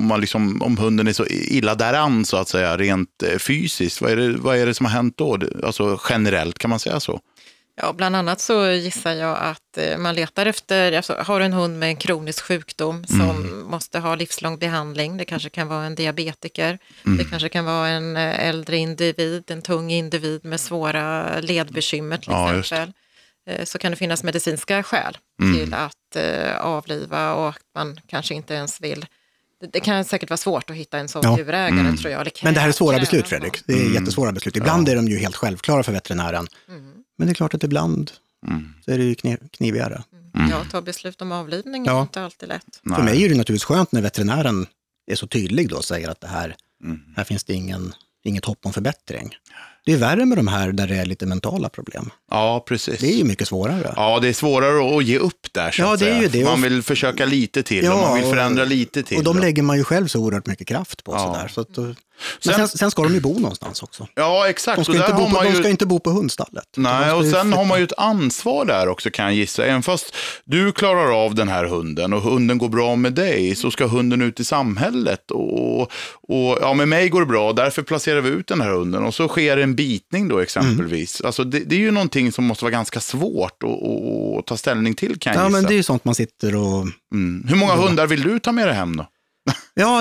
Speaker 1: om hunden är så illa däran så att säga rent fysiskt? Vad är det som har hänt då? Alltså generellt kan man säga så?
Speaker 3: Ja, bland annat så gissar jag att man letar efter, alltså, har en hund med en kronisk sjukdom som måste ha livslång behandling. Det kanske kan vara en diabetiker. Det kanske kan vara en äldre individ, en tung individ med svåra ledbekymmer till exempel. Så kan det finnas medicinska skäl till att avliva och att man kanske inte ens vill. Det kan säkert vara svårt att hitta en sån djurägare tror jag.
Speaker 2: Men det här är svåra beslut, Fredrik. Det är jättesvåra beslut. Ibland är de ju helt självklara för veterinären. Men det är klart att ibland så är det ju knivigare.
Speaker 3: Ja, ta beslut om avlivning är inte alltid lätt.
Speaker 2: För mig är det naturligtvis skönt när veterinären är så tydlig då och säger att det här finns det inget hopp om förbättring. Det är värre med de här där det är lite mentala problem.
Speaker 1: Ja, precis.
Speaker 2: Det är ju mycket svårare.
Speaker 1: Ja, det är svårare att ge upp där så att
Speaker 2: det är ju det.
Speaker 1: Man vill försöka lite till och man vill förändra lite till.
Speaker 2: Och de lägger man ju själv så oerhört mycket kraft på. Sådär, så att, men sen ska de ju bo någonstans också.
Speaker 1: Ja, exakt.
Speaker 2: De ska inte bo på hundstallet.
Speaker 1: Nej, och sen har man ju ett ansvar där också kan jag gissa. Även fast du klarar av den här hunden och hunden går bra med dig så ska hunden ut i samhället. Och med mig går det bra, därför placerar vi ut den här hunden. Och så sker en bitning då exempelvis. Alltså det är ju någonting som måste vara ganska svårt att ta ställning till kan jag gissa.
Speaker 2: Ja, men det är ju sånt man sitter och...
Speaker 1: Hur många hundar vill du ta med dig hem då?
Speaker 2: Ja,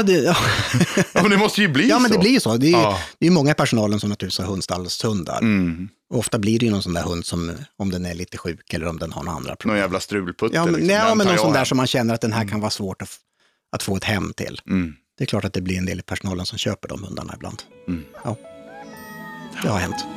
Speaker 1: men det måste ju bli så.
Speaker 2: Ja, men det blir ju så. Det är många i personalen som naturligtvis har hundstallshundar. Och ofta blir det ju någon sån där hund som, om den är lite sjuk eller om den har några andra problem.
Speaker 1: Någon jävla strulputte.
Speaker 2: Ja, men någon sån där som man känner att den här kan vara svårt att få ett hem till. Det är klart att det blir en del i personalen som köper de hundarna ibland. Ja, det har hänt.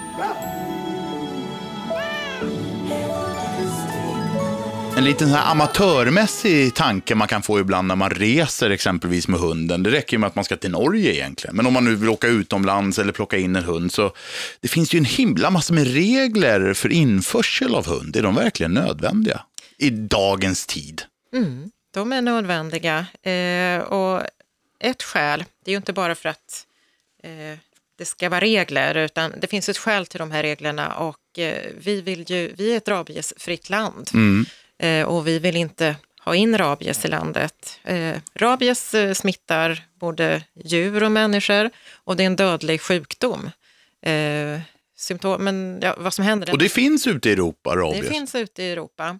Speaker 1: En liten så här amatörmässig tanke man kan få ibland när man reser exempelvis med hunden. Det räcker ju med att man ska till Norge egentligen. Men om man nu vill åka utomlands eller plocka in en hund så det finns ju en himla massa med regler för införsel av hund. Är de verkligen nödvändiga i dagens tid?
Speaker 3: De är nödvändiga. Och ett skäl, det är ju inte bara för att det ska vara regler utan det finns ett skäl till de här reglerna och vi är ett rabiesfritt land. Och vi vill inte ha in rabies i landet. Rabies smittar både djur och människor och det är en dödlig sjukdom. Symptomen, vad som händer...
Speaker 1: Och det finns ute i Europa, rabies?
Speaker 3: Det finns ute i Europa.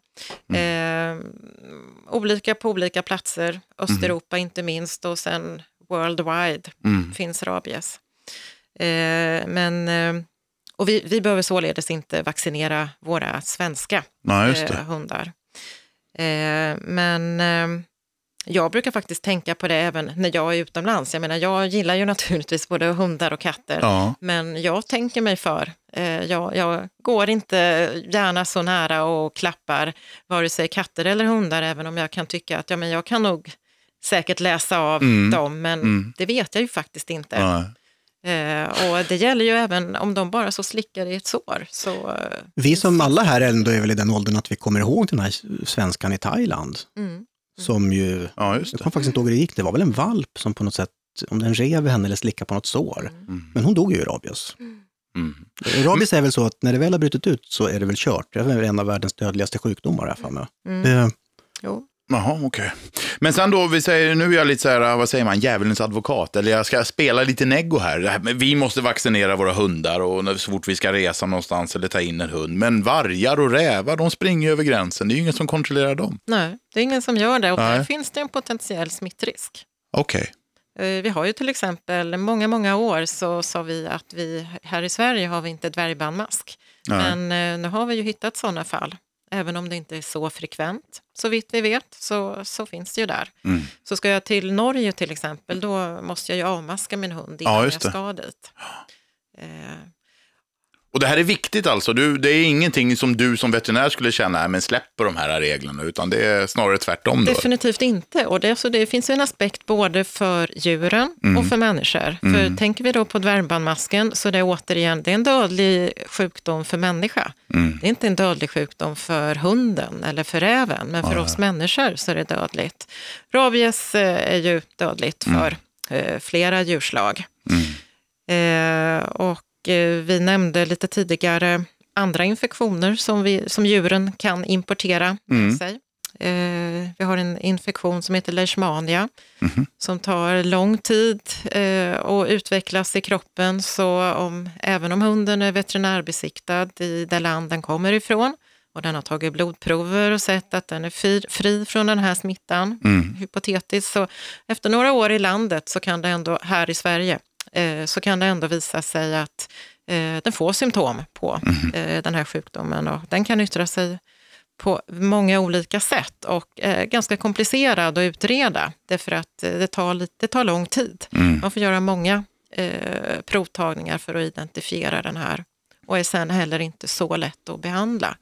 Speaker 3: Olika på olika platser. Östeuropa inte minst och sen worldwide finns rabies. Och vi behöver således inte vaccinera våra svenska hundar. Men Jag brukar faktiskt tänka på det även när jag är utomlands. Jag menar, jag gillar ju naturligtvis både hundar och katter, men jag tänker mig för. Jag går inte gärna så nära och klappar vare sig katter eller hundar, även om jag kan tycka att men jag kan nog säkert läsa av dem, men det vet jag ju faktiskt inte. Och det gäller ju även om de bara så slickar i ett sår. Så,
Speaker 2: vi som alla här ändå är väl i den åldern att vi kommer ihåg den här svenskan i Thailand. Som ju, jag kommer faktiskt inte ihåg hur det gick. Det var väl en valp som på något sätt, om den rev henne eller slickade på något sår. Men hon dog ju i rabies. Rabies är väl så att när det väl har brutit ut så är det väl kört. Det är väl en av världens dödligaste sjukdomar i alla fall.
Speaker 3: Jo.
Speaker 1: Jaha, okej. Men sen då, vi säger, nu är jag lite så här, vad säger man, djävulens advokat, eller jag ska spela lite neggo här. Men vi måste vaccinera våra hundar och så fort vi ska resa någonstans eller ta in en hund. Men vargar och rävar, de springer över gränsen. Det är ju ingen som kontrollerar dem.
Speaker 3: Nej, det är ingen som gör det och där finns det en potentiell smittrisk.
Speaker 1: Okej.
Speaker 3: Vi har ju till exempel, många år så sa vi att vi här i Sverige har vi inte dvärgbandmask. Men nu har vi ju hittat sådana fall. Även om det inte är så frekvent, så vitt vi vet, så finns det ju där. Så ska jag till Norge till exempel, då måste jag ju avmaska min hund innan jag ska dit.
Speaker 1: Och det här är viktigt alltså, det är ingenting som du som veterinär skulle känna, men släpp på de här reglerna, utan det är snarare tvärtom då.
Speaker 3: Definitivt inte, och det finns ju en aspekt både för djuren och för människor. För tänker vi då på dvärgbandmasken, så det är återigen, det är en dödlig sjukdom för människa. Det är inte en dödlig sjukdom för hunden eller för räven, men för oss människor så är det dödligt. Rabies är ju dödligt för flera djurslag. Och vi nämnde lite tidigare andra infektioner som djuren kan importera med sig. Vi har en infektion som heter leishmania som tar lång tid att utvecklas i kroppen. Så även om hunden är veterinärbesiktad i det land den kommer ifrån och den har tagit blodprover och sett att den är fri från den här smittan, hypotetiskt, så efter några år i landet så kan det ändå, här i Sverige, så kan det ändå visa sig att den får symptom på den här sjukdomen, och den kan yttra sig på många olika sätt och ganska komplicerad att utreda, därför att det tar lång tid. Man får göra många provtagningar för att identifiera den här, och är sen heller inte så lätt att behandla.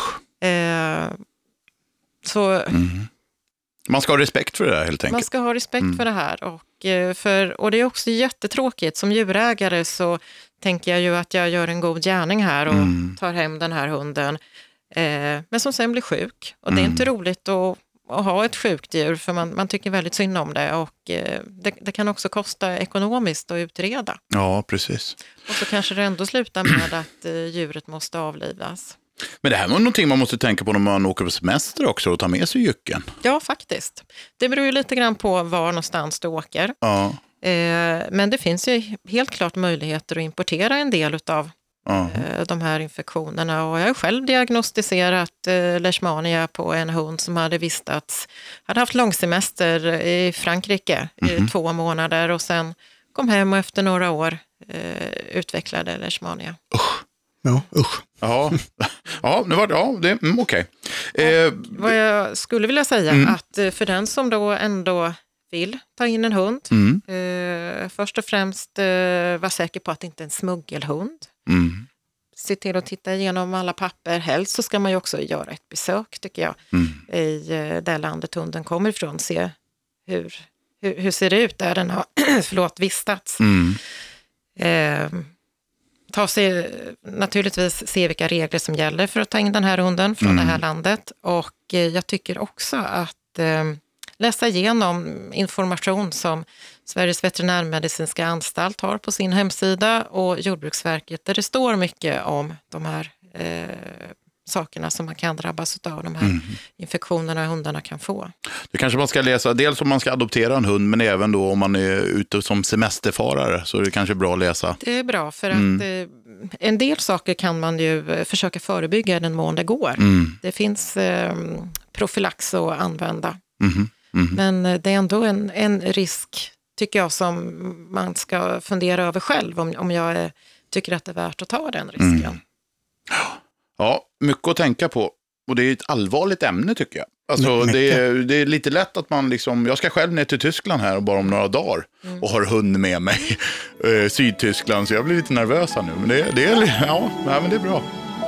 Speaker 1: Man ska ha respekt för det här helt enkelt.
Speaker 3: Man ska ha respekt för det här, och det är också jättetråkigt. Som djurägare så tänker jag ju att jag gör en god gärning här och tar hem den här hunden. Men som sen blir sjuk. Och det är inte roligt att ha ett sjukt djur, för man tycker väldigt synd om det. Och det kan också kosta ekonomiskt att utreda.
Speaker 1: Ja, precis.
Speaker 3: Och så kanske det ändå slutar med att djuret måste avlivas.
Speaker 1: Men det här var någonting man måste tänka på när man åker på semester också, och ta med sig jycken.
Speaker 3: Ja, faktiskt. Det beror ju lite grann på var någonstans du åker. Men det finns ju helt klart möjligheter att importera en del av de här infektionerna. Och jag har själv diagnostiserat leishmania på en hund som hade haft långsemester i Frankrike i 2 månader och sen kom hem och efter några år utvecklade leishmania.
Speaker 1: Okej.
Speaker 3: Vad jag skulle vilja säga att för den som då ändå vill ta in en hund, först och främst var säker på att det inte är en smuggelhund. Se till att titta igenom alla papper. Helst så ska man ju också göra ett besök, tycker jag, i det landet hunden kommer ifrån. Se hur ser det ut där den har vistats. Naturligtvis se vilka regler som gäller för att ta in den här hunden från det här landet. Och jag tycker också att läsa igenom information som Sveriges veterinärmedicinska anstalt har på sin hemsida och Jordbruksverket, där det står mycket om de här sakerna som man kan drabbas av, de här infektionerna hundarna kan få.
Speaker 1: Det kanske man ska läsa, dels om man ska adoptera en hund, men även då om man är ute som semesterfarare, så är det kanske bra att läsa. Det
Speaker 3: är bra, för att en del saker kan man ju försöka förebygga i den mån det går. Det finns profylax att använda. Men det är ändå en risk, tycker jag, som man ska fundera över själv, om jag tycker att det är värt att ta den risken.
Speaker 1: Ja, mycket att tänka på. Och det är ett allvarligt ämne, tycker jag. Alltså, det är lite lätt att man liksom, jag ska själv ner till Tyskland här och bara om några dagar och har hund med mig, Sydtyskland, så jag blir lite nervös här nu. Men det är bra.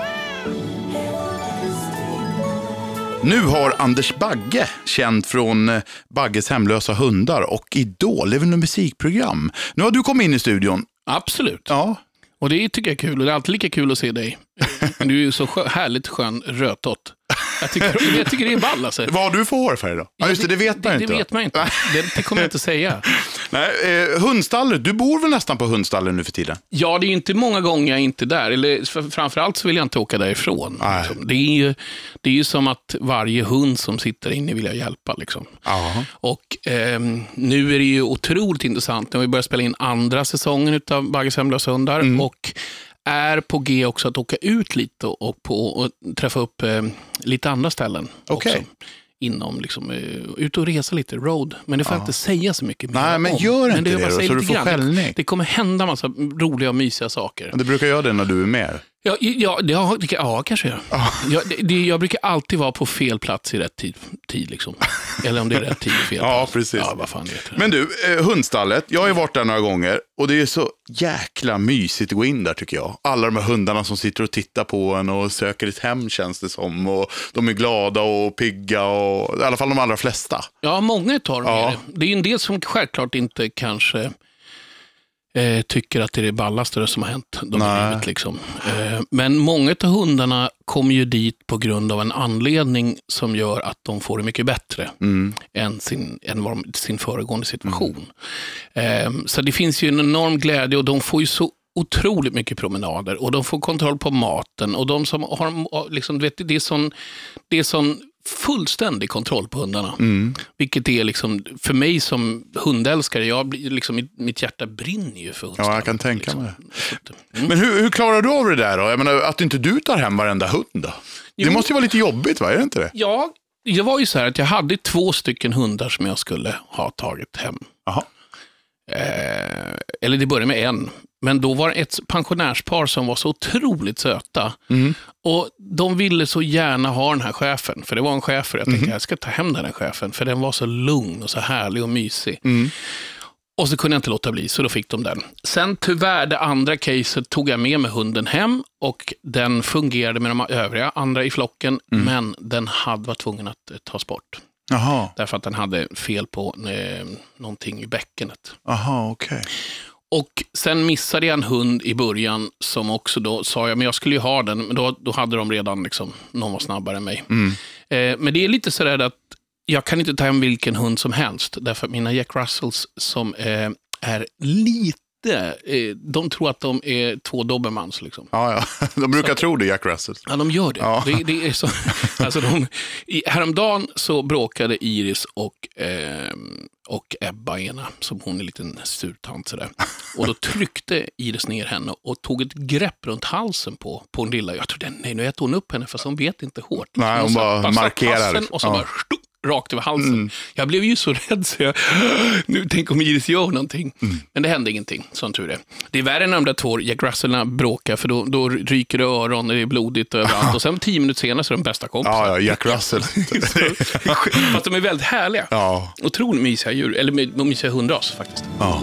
Speaker 1: Nu har Anders Bagge, känd från Bagges hemlösa hundar och Idol, levande musikprogram. Nu har du kommit in i studion.
Speaker 4: Absolut.
Speaker 1: Ja.
Speaker 4: Och det tycker jag är kul. Och det är alltid lika kul att se dig. Du är ju så härligt skön rödtott. Jag tycker det är ball alltså.
Speaker 1: Vad har du för hårfärg då? Ja, just det vet man inte.
Speaker 4: Det vet man inte. Det kommer jag inte säga. Nej,
Speaker 1: hundstallet, du bor väl nästan på hundstallet nu för tiden?
Speaker 4: Ja, det är ju inte många gånger jag är inte där. Eller framförallt så vill jag inte åka därifrån. Liksom. Det är ju som att varje hund som sitter inne vill jag hjälpa. Liksom. Och nu är det ju otroligt intressant. Nu har vi börjat spela in andra säsongen av Bagges hemlösa hundar. Och är på G också att åka ut lite och träffa upp lite andra ställen också. Inom liksom, ut och resa lite, road. Men det får jag inte säga så mycket mer.
Speaker 1: Nej, men gör inte det då, så du får skällning.
Speaker 4: Det kommer hända massa roliga och mysiga saker.
Speaker 1: Det brukar göra det när du är med.
Speaker 4: Ja, kanske jag. Jag brukar alltid vara på fel plats i rätt tid liksom. Eller om det är rätt tid i fel plats.
Speaker 1: Ja, precis.
Speaker 4: Ja, vad fan vet jag.
Speaker 1: Men du, hundstallet, jag har ju varit där några gånger och det är så jäkla mysigt att gå in där tycker jag. Alla de här hundarna som sitter och tittar på en och söker ett hem känns det som. Och de är glada och pigga och i alla fall de allra flesta.
Speaker 4: Ja, många tar dem med det. Det är en del som självklart inte kanske tycker att det är det ballaste som har hänt livet, liksom. Men många av hundarna kommer ju dit på grund av en anledning som gör att de får det mycket bättre än sin föregående situation. Så det finns ju en enorm glädje och de får ju så otroligt mycket promenader och de får kontroll på maten och de som har liksom, det är sån fullständig kontroll på hundarna. Vilket är liksom, för mig som hundälskare, jag blir liksom, mitt hjärta brinner ju för hundstallet.
Speaker 1: Ja, jag kan tänka mig. Men hur klarar du av det där då? Jag menar, att inte du tar hem varenda hund då? Det måste ju vara lite jobbigt, va? Är det inte det?
Speaker 4: Ja, det var ju så här att jag hade 2 stycken hundar som jag skulle ha tagit hem.
Speaker 1: Aha.
Speaker 4: Eller det började med en. Men då var det ett pensionärspar som var så otroligt söta. Och de ville så gärna ha den här chefen. För det var en chef och jag tänkte jag ska ta hem den här chefen. För den var så lugn och så härlig och mysig. Och så kunde jag inte låta bli, så då fick de den. Sen tyvärr, det andra caset tog jag med hunden hem. Och den fungerade med de övriga andra i flocken. Men den var tvungen att tas bort.
Speaker 1: Aha.
Speaker 4: Därför att den hade fel på någonting i bäckenet.
Speaker 1: Aha, okej.
Speaker 4: Och sen missade jag en hund i början som också då sa jag, men jag skulle ju ha den. Men då hade de redan liksom, någon var snabbare än mig. Men det är lite sådär att jag kan inte ta hem vilken hund som helst. Därför att mina Jack Russells som är lite, de tror att de är 2 dobermans liksom.
Speaker 1: Ja. De brukar tro det, Jack Russell.
Speaker 4: Ja, de gör det.
Speaker 1: Ja.
Speaker 4: Det är så, alltså häromdagen så bråkade Iris och Ebba ena, som hon är en liten surtant sådär. Och då tryckte Iris ner henne och tog ett grepp runt halsen på en lilla. Jag trodde, nej, nu äter hon upp henne fast hon bet inte hårt.
Speaker 1: Nej, hon bara markerar.
Speaker 4: Och så bara rakt över halsen. Jag blev ju så rädd så jag, nu tänk om Iris gör någonting. Men det hände ingenting, som tur är. Det är värre när de där 2 Jack Russellna bråkar, för då ryker det öron, det är blodigt överallt. Och sen 10 minuter senare så är de bästa kompisar.
Speaker 1: Ja, Jack Russell.
Speaker 4: Fast de är väldigt härliga.
Speaker 1: Ja.
Speaker 4: Otroligt mysiga djur, eller mysiga hundras faktiskt.
Speaker 1: Ja.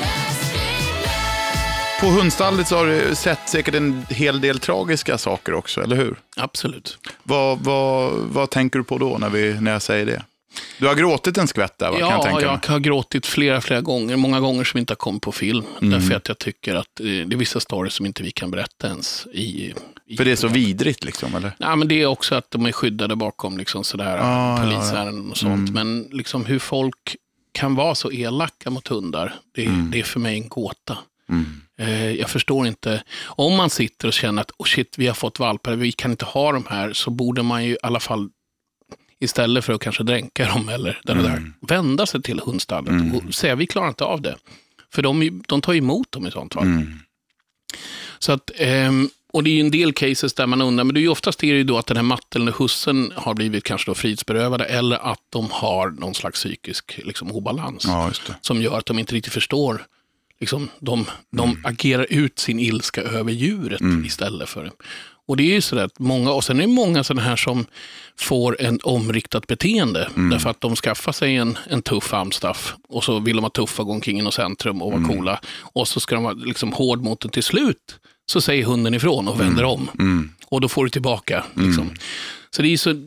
Speaker 1: På hundstallet så har du sett säkert en hel del tragiska saker också, eller hur?
Speaker 4: Absolut.
Speaker 1: Vad tänker du på då när jag säger det? Du har gråtit en skvätt där, va?
Speaker 4: Ja,
Speaker 1: kan jag tänka mig.
Speaker 4: Jag har gråtit flera gånger. Många gånger som inte har kommit på film. Därför att jag tycker att det är vissa stories som inte vi kan berätta ens i
Speaker 1: för det är så vidrigt liksom, eller?
Speaker 4: Nej, men det är också att de är skyddade bakom liksom sådär, polisärenden och sånt. Men liksom hur folk kan vara så elaka mot hundar, det är för mig en gåta. Jag förstår inte. Om man sitter och känner att vi har fått valpar, vi kan inte ha dem här, så borde man ju i alla fall, istället för att kanske dränka dem eller där, vända sig till hundstallet och säga vi klarar inte av det. För de tar emot dem i sånt fall. Så att, och det är ju en del cases där man undrar, men det är ju oftast det då att den här matten eller hussen har blivit kanske då frihetsberövade, eller att de har någon slags psykisk liksom, obalans som gör att de inte riktigt förstår. Liksom, de agerar ut sin ilska över djuret istället för det. Och det är ju så att många, och sen är det många sådana här som får en omriktat beteende därför att de skaffar sig en tuff amstaff och så vill de ha tuffa gå omkring i centrum och vara coola och så ska de vara liksom hård mot den till slut. Så säger hunden ifrån och vänder om. Och då får du tillbaka. Liksom. Så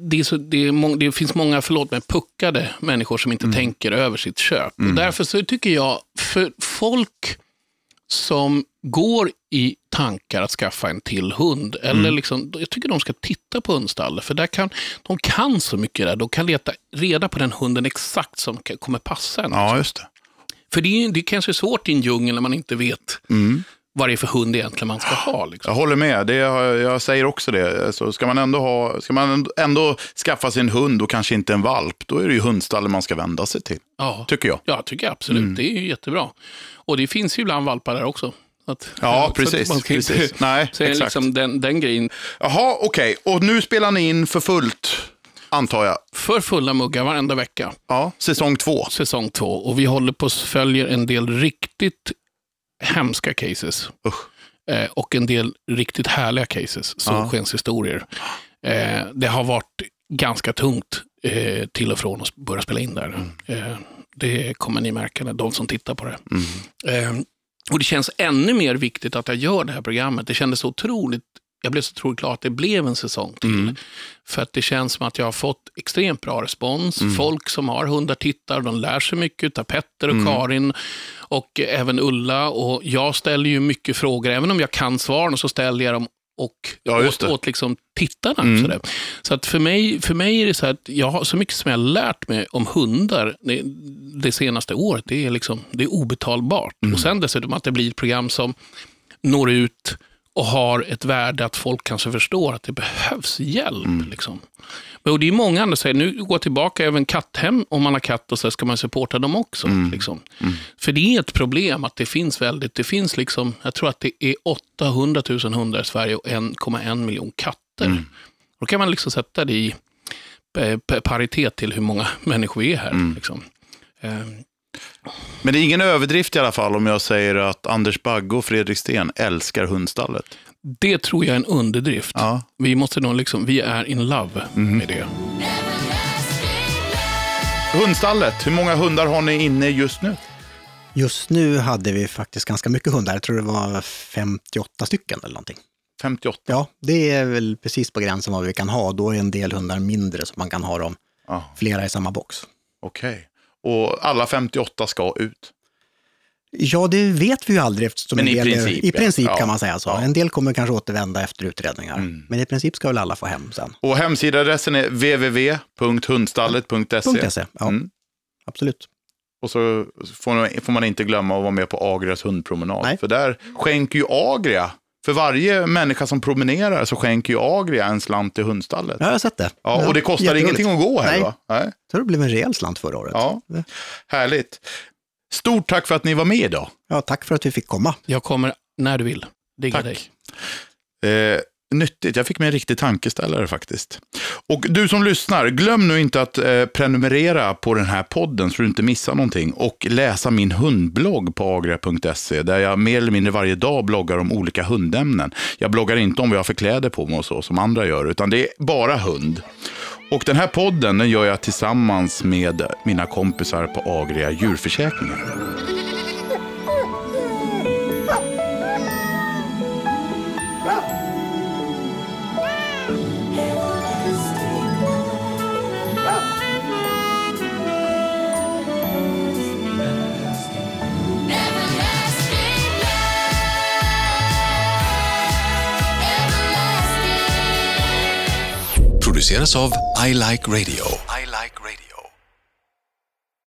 Speaker 4: det finns många, puckade människor som inte tänker över sitt köp. Och därför så tycker jag, för folk som går i tankar att skaffa en till hund, eller liksom, jag tycker de ska titta på hundstallet, för de kan så mycket där. De kan leta reda på den hunden exakt som kommer passa en.
Speaker 1: Ja, just det.
Speaker 4: För det är kanske svårt i en djungel när man inte vet vad det är för hund egentligen man ska ha. Liksom.
Speaker 1: Jag håller med, jag säger också det. Så ska man ändå skaffa sig en hund och kanske inte en valp, då är det ju hundstallet man ska vända sig till.
Speaker 4: Ja.
Speaker 1: Tycker jag.
Speaker 4: Ja, tycker jag absolut. Det är ju jättebra. Och det finns ju ibland valpar där också.
Speaker 1: Precis. Nej,
Speaker 4: så exakt. Liksom den grejen.
Speaker 1: Jaha, okej. Och nu spelar ni in för fullt, antar jag.
Speaker 4: För fulla muggar varenda vecka.
Speaker 1: Ja, säsong 2.
Speaker 4: Säsong 2. Och vi håller på att följa en del riktigt hemska cases. Och en del riktigt härliga cases. Solskenshistorier. Det har varit ganska tungt till och från att börja spela in där. Det kommer ni märka när de som tittar på det. Och det känns ännu mer viktigt att jag gör det här programmet. Det kändes så otroligt, jag blev så otroligt glad att det blev en säsong till. För att det känns som att jag har fått extremt bra respons. Folk som har hundar tittar, de lär sig mycket av Petter och Karin och även Ulla. Och jag ställer ju mycket frågor, även om jag kan svaren så ställer jag dem åt liksom tittarna. Så att för mig är det så att jag har så mycket som jag har lärt mig om hundar det senaste året. Det är obetalbart. Och sen dessutom att det blir ett program som når ut och har ett värde att folk kanske förstår att det behövs hjälp. Liksom. Och det är många andra som säger, nu går tillbaka även katthem, om man har katt och så ska man supporta dem också. Liksom. För det är ett problem att det finns liksom, jag tror att det är 800 000 hundar i Sverige och 1,1 miljon katter. Då kan man liksom sätta det i paritet till hur många människor vi är här. Liksom.
Speaker 1: Men det är ingen överdrift i alla fall om jag säger att Anders Bagge och Fredrik Sten älskar hundstallet.
Speaker 4: Det tror jag är en underdrift. Ja. Vi är in love med det.
Speaker 1: Hundstallet, hur många hundar har ni inne just nu?
Speaker 2: Just nu hade vi faktiskt ganska mycket hundar. Jag tror det var 58 stycken eller någonting.
Speaker 1: 58?
Speaker 2: Ja, det är väl precis på gränsen vad vi kan ha. Då är en del hundar mindre så man kan ha dem flera i samma box.
Speaker 1: Okej. Och alla 58 ska ut?
Speaker 2: Ja, det vet vi ju aldrig eftersom
Speaker 1: men
Speaker 2: i princip kan man säga så. Ja. En del kommer kanske återvända efter utredningar. Men i princip ska väl alla få hem sen.
Speaker 1: Och hemsidaadressen är www.hundstallet.se.
Speaker 2: Ja, absolut.
Speaker 1: Och så får man inte glömma att vara med på Agrias hundpromenad. Nej. För där skänker ju Agria, för varje människa som promenerar så skänker ju Agria en slant till hundstallet.
Speaker 2: Ja, jag har sett det.
Speaker 1: Ja, och det kostar ingenting att gå här.
Speaker 2: Nej.
Speaker 1: Va? Nej.
Speaker 2: Jag tror det blev en rejäl slant förra året.
Speaker 1: Ja, härligt. Stort tack för att ni var med idag.
Speaker 2: Ja, tack för att vi fick komma.
Speaker 4: Jag kommer när du vill. Digga dig.
Speaker 1: Nyttigt, jag fick mig en riktig tankeställare faktiskt. Och du som lyssnar, glöm nu inte att prenumerera på den här podden så du inte missar någonting. Och läsa min hundblogg på agria.se där jag mer eller mindre varje dag bloggar om olika hundämnen. Jag bloggar inte om vad jag har för kläder på mig och så som andra gör, utan det är bara hund. Och den här podden den gör jag tillsammans med mina kompisar på Agria djurförsäkringar.
Speaker 5: Produceras av I Like Radio.